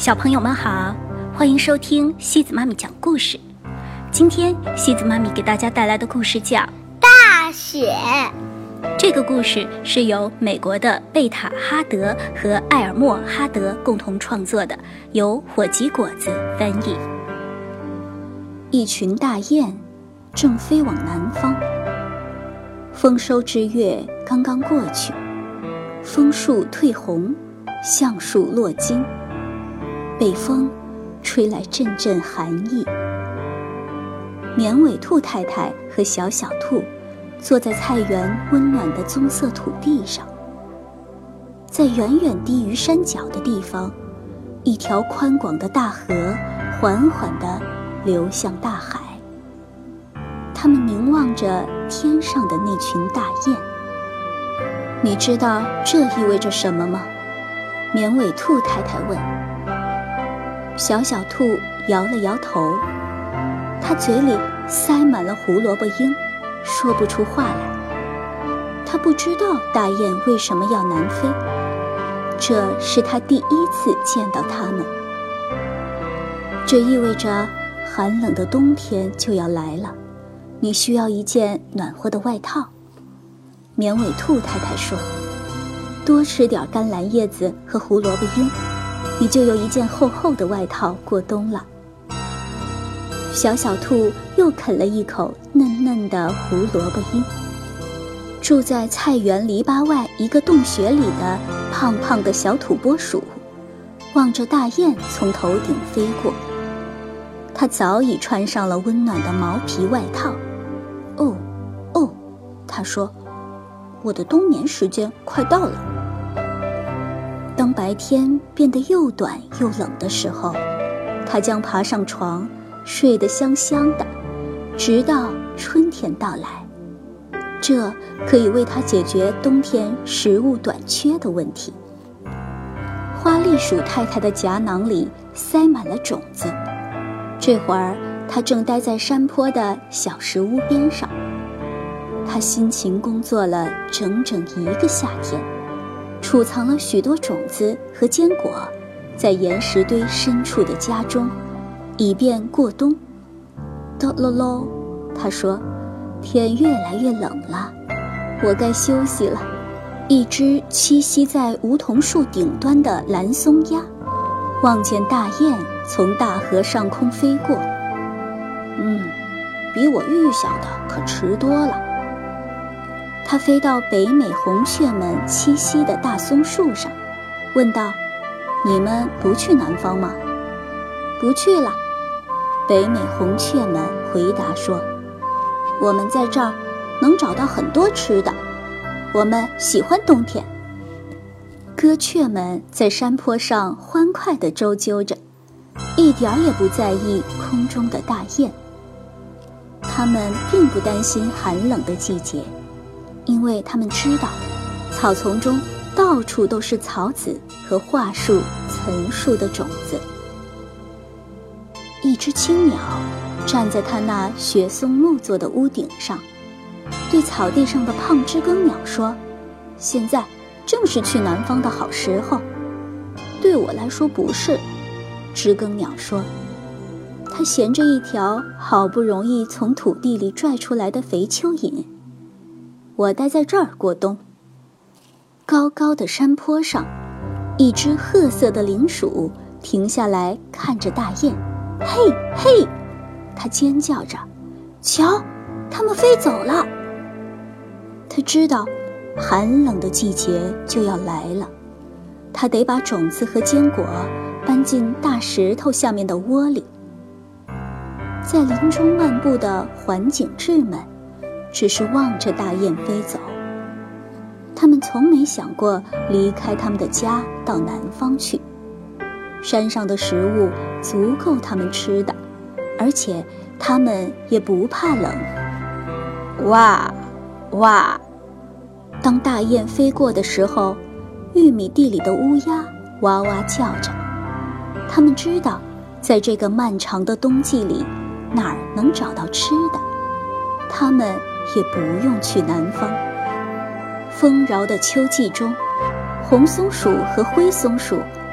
小朋友们好，欢迎收听西子妈咪讲故事。今天西子妈咪给大家带来的故事叫《 大雪》。 这个故事是由美国的贝塔·哈德和艾尔默·哈德共同创作的，由火鸡果子翻译。一群大雁正飞往南方，丰收之月刚刚过去，枫树褪红，橡树落金，北风吹来阵阵寒意。绵尾兔太太和小小兔坐在菜园温暖的棕色土地上，在远远低于山脚的地方，一条宽广的大河缓缓地流向大海。他们凝望着天上的那群大雁。你知道这意味着什么吗？绵尾兔太太问。小小兔摇了摇头，它嘴里塞满了胡萝卜缨，说不出话来。它不知道大雁为什么要南飞，这是它第一次见到它们。这意味着寒冷的冬天就要来了，你需要一件暖和的外套。绵尾兔太太说，多吃点甘蓝叶子和胡萝卜缨，你就有一件厚厚的外套过冬了。小小兔又啃了一口嫩嫩的胡萝卜缨。住在菜园篱笆外一个洞穴里的胖胖的小土拨鼠，望着大雁从头顶飞过。它早已穿上了温暖的毛皮外套。哦，它说，我的冬眠时间快到了。当白天变得又短又冷的时候，它将爬上床，睡得香香的，直到春天到来。这可以为它解决冬天食物短缺的问题。花栗鼠太太的夹囊里塞满了种子，这会儿它正待在山坡的小石屋边上。它辛勤工作了整整一个夏天，储藏了许多种子和坚果在岩石堆深处的家中，以便过冬。哆啰啰，他说，天越来越冷了，我该休息了。一只栖息在梧桐树顶端的蓝松鸦望见大雁从大河上空飞过，比我预想的可迟多了。它飞到北美红雀们栖息的大松树上，问道，你们不去南方吗？不去了，北美红雀们回答说，我们在这儿能找到很多吃的，我们喜欢冬天。歌雀们在山坡上欢快地周啾着，一点儿也不在意空中的大雁。它们并不担心寒冷的季节，因为它们知道草丛中到处都是草籽和桦树、岑树的种子。一只青鸟站在它那雪松木做的屋顶上，对草地上的胖知更鸟说，现在正是去南方的好时候。对我来说不是，知更鸟说，它衔着一条好不容易从土地里拽出来的肥蚯蚓。我待在这儿过冬。高高的山坡上，一只褐色的林鼠停下来看着大雁。嘿嘿，它尖叫着，瞧，它们飞走了。它知道寒冷的季节就要来了，它得把种子和坚果搬进大石头下面的窝里。在林中漫步的环景志们只是望着大雁飞走，他们从没想过离开他们的家到南方去。山上的食物足够他们吃的，而且他们也不怕冷。哇哇，当大雁飞过的时候，玉米地里的乌鸦哇哇叫着。他们知道在这个漫长的冬季里哪儿能找到吃的，他们也不用去南方。丰饶的秋季中，红松鼠和灰松鼠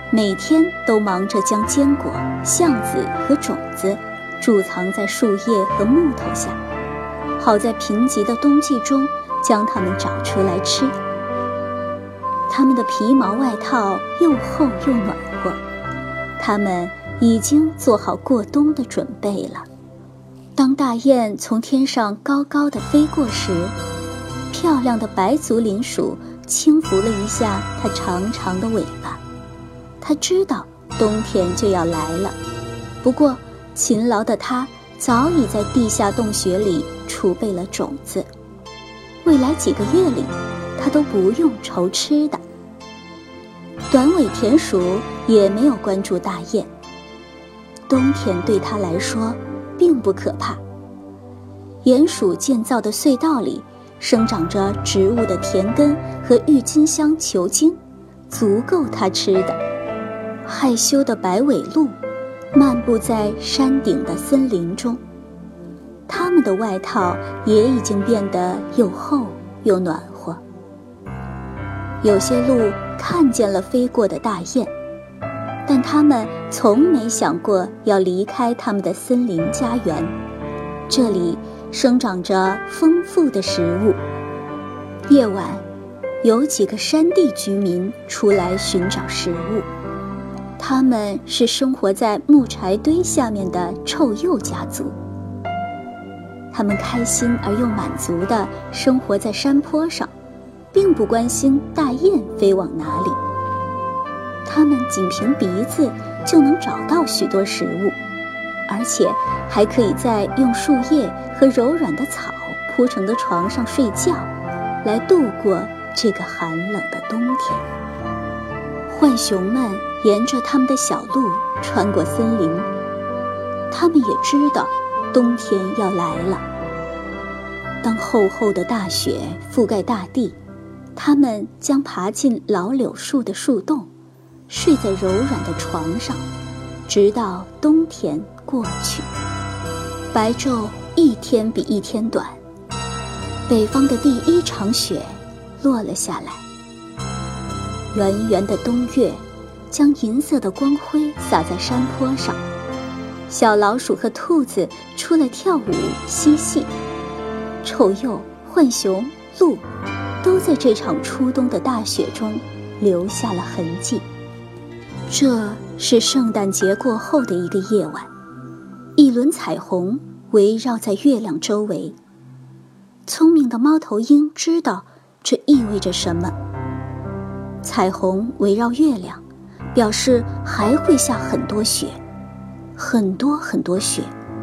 每天都忙着将坚果、橡子和种子贮藏在树叶和木头下，好在贫瘠的冬季中将它们找出来吃。它们的皮毛外套又厚又暖和，它们已经做好过冬的准备了。当大雁从天上高高地飞过时，漂亮的白足林鼠轻拂了一下它长长的尾巴。它知道冬天就要来了，不过勤劳的它早已在地下洞穴里储备了种子，未来几个月里它都不用愁吃的。短尾田鼠也没有关注大雁，冬天对它来说并不可怕。鼹鼠建造的隧道里生长着植物的田根和郁金香球茎，足够它吃的。害羞的白尾鹿漫步在山顶的森林中，它们的外套也已经变得又厚又暖和。有些鹿看见了飞过的大雁，但它们从没想过要离开它们的森林家园，这里生长着丰富的食物。夜晚，有几个山地居民出来寻找食物，他们是生活在木柴堆下面的臭鼬家族。他们开心而又满足地生活在山坡上，并不关心大雁飞往哪里。他们仅凭鼻子就能找到许多食物，而且还可以在用树叶和柔软的草铺成的床上睡觉，来度过这个寒冷的冬天。浣熊们沿着他们的小路穿过森林，他们也知道冬天要来了。当厚厚的大雪覆盖大地，他们将爬进老柳树的树洞，睡在柔软的床上，直到冬天过去。白昼一天比一天短，北方的第一场雪落了下来。圆圆的冬月将银色的光辉洒在山坡上，小老鼠和兔子出来跳舞嬉戏，臭鼬、浣熊、鹿都在这场初冬的大雪中留下了痕迹。这是圣诞节过后的一个夜晚，一轮彩虹围绕在月亮周围。聪明的猫头鹰知道这意味着什么。彩虹围绕月亮，表示还会下很多雪，很多很多雪。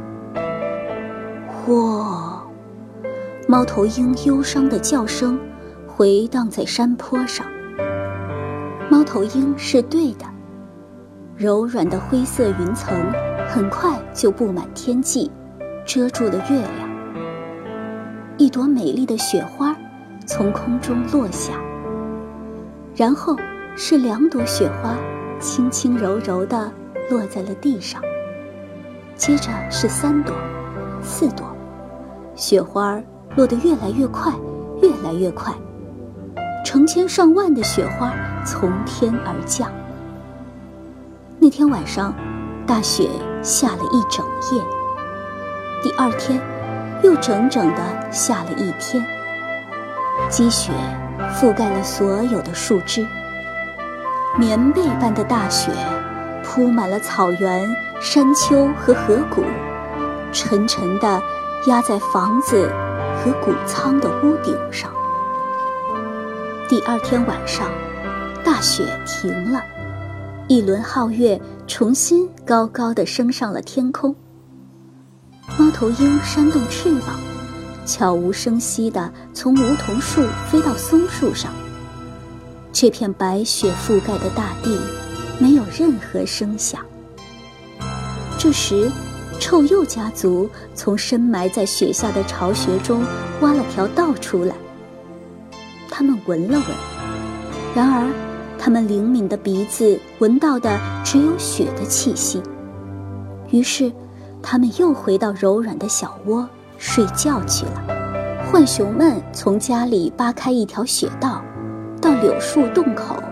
哇！猫头鹰忧伤的叫声回荡在山坡上。猫头鹰是对的，柔软的灰色云层很快就布满天际，遮住了月亮。一朵美丽的雪花从空中落下，然后是2朵雪花轻轻柔柔地落在了地上，接着是3朵、4朵，雪花落得越来越快，越来越快，成千上万的雪花从天而降。那天晚上，大雪下了一整夜，第2天又整整地下了1天，积雪覆盖了所有的树枝，棉被般的大雪铺满了草原、山丘和河谷，沉沉地压在房子和谷仓的屋顶上。第2天晚上，大雪停了，一轮皓月重新高高地升上了天空。猫头鹰扇动翅膀，悄无声息地从梧桐树飞到松树上。这片白雪覆盖的大地没有任何声响。这时，臭鼬家族从深埋在雪下的巢穴中挖了条道出来。他们闻了闻，然而他们灵敏的鼻子闻到的只有雪的气息。于是他们又回到柔软的小窝睡觉去了。浣熊们从家里扒开一条雪道，到柳树洞口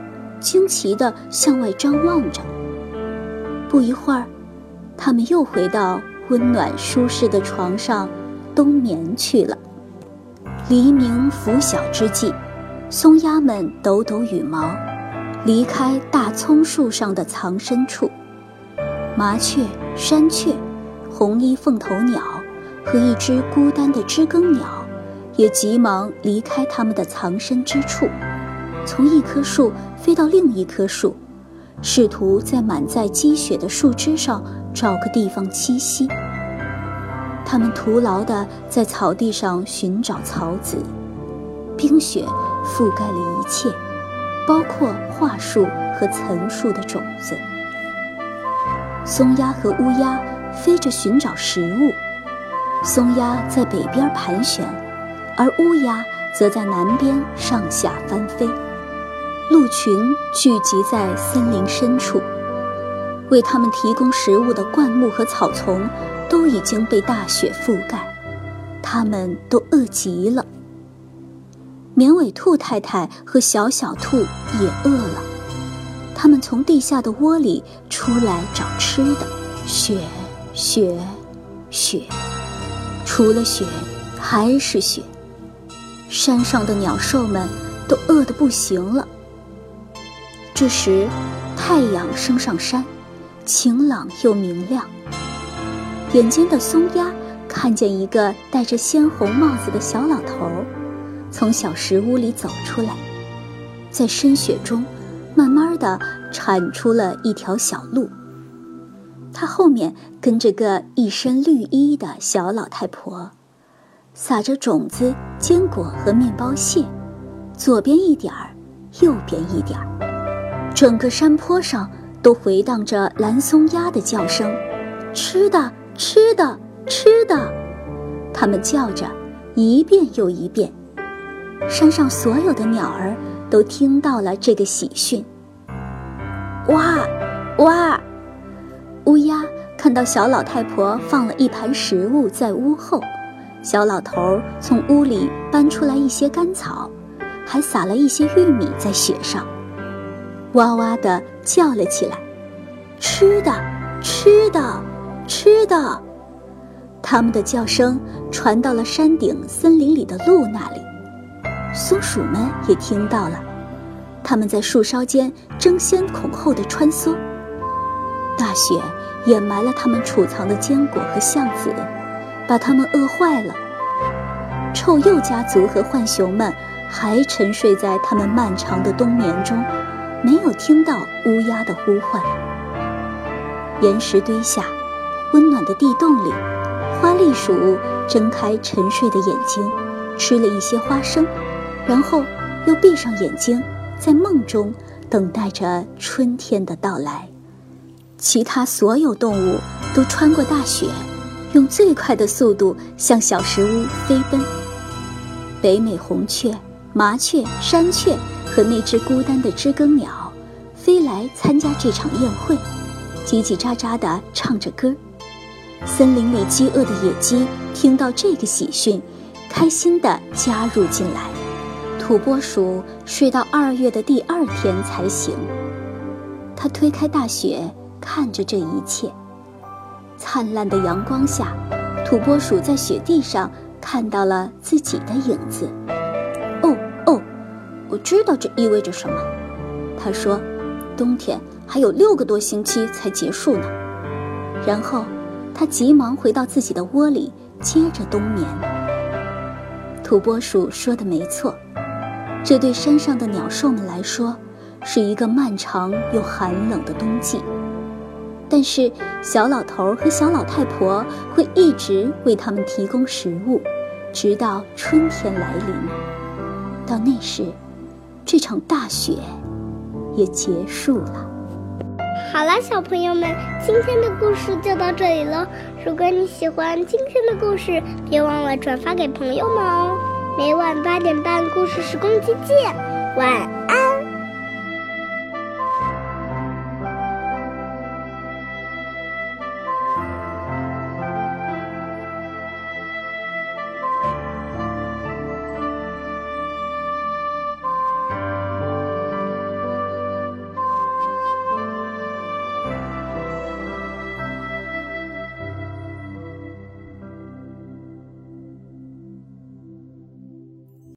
惊奇地向外张望着。不一会儿，他们又回到温暖舒适的床上冬眠去了。黎明拂晓之际，松鸦们抖抖羽毛，离开大葱树上的藏身处。麻雀、山雀、红衣凤头鸟和一只孤单的知更鸟也急忙离开他们的藏身之处，从一棵树飞到另一棵树，试图在满载积雪的树枝上找个地方栖息。他们徒劳地在草地上寻找草籽，冰雪覆盖了一切，包括桦树和岑树的种子。松鸦和乌鸦飞着寻找食物，松鸦在北边盘旋，而乌鸦则在南边上下翻飞。鹿群聚集在森林深处，为它们提供食物的灌木和草丛都已经被大雪覆盖，它们都饿极了。绵尾兔太太和小小兔也饿了，它们从地下的窝里出来找吃的。雪，雪，雪，除了雪还是雪。山上的鸟兽们都饿得不行了。这时，太阳升上山，晴朗又明亮。眼尖的松鸦看见一个戴着鲜红帽子的小老头从小石屋里走出来，在深雪中慢慢地铲出了一条小路。他后面跟着个一身绿衣的小老太婆，撒着种子、坚果和面包屑，左边一点儿，右边一点儿。整个山坡上都回荡着蓝松鸦的叫声，吃的，吃的，吃的。它们叫着，一遍又一遍。山上所有的鸟儿都听到了这个喜讯。哇哇！乌鸦看到小老太婆放了一盘食物在屋后，小老头从屋里搬出来一些干草，还撒了一些玉米在雪上，哇哇地叫了起来，吃的，吃的，吃的。它们的叫声传到了山顶森林里的鹿那里，松鼠们也听到了，它们在树梢间争先恐后地穿梭。大雪掩埋了它们储藏的坚果和橡子，把它们饿坏了。臭鼬家族和浣熊们还沉睡在他们漫长的冬眠中，没有听到乌鸦的呼唤。岩石堆下，温暖的地洞里，花栗鼠睁开沉睡的眼睛，吃了一些花生，然后又闭上眼睛，在梦中等待着春天的到来。其他所有动物都穿过大雪，用最快的速度向小石屋飞奔。北美红雀、麻雀、山雀和那只孤单的知更鸟飞来参加这场宴会，叽叽喳喳地唱着歌。森林里饥饿的野鸡听到这个喜讯，开心地加入进来。土拨鼠睡到2月的第2天才醒，它推开大雪，看着这一切。灿烂的阳光下，土拨鼠在雪地上看到了自己的影子。哦，我知道这意味着什么，他说，冬天还有6个多星期才结束呢。然后他急忙回到自己的窝里，接着冬眠。土拨鼠说的没错，这对山上的鸟兽们来说是一个漫长又寒冷的冬季，但是小老头和小老太婆会一直为他们提供食物，直到春天来临。到那时，这场大雪也结束了。 好了，小朋友们，今天的故事就到这里了。如果你喜欢今天的故事，别忘了转发给朋友们哦。每晚8点半，故事时光机见，晚安。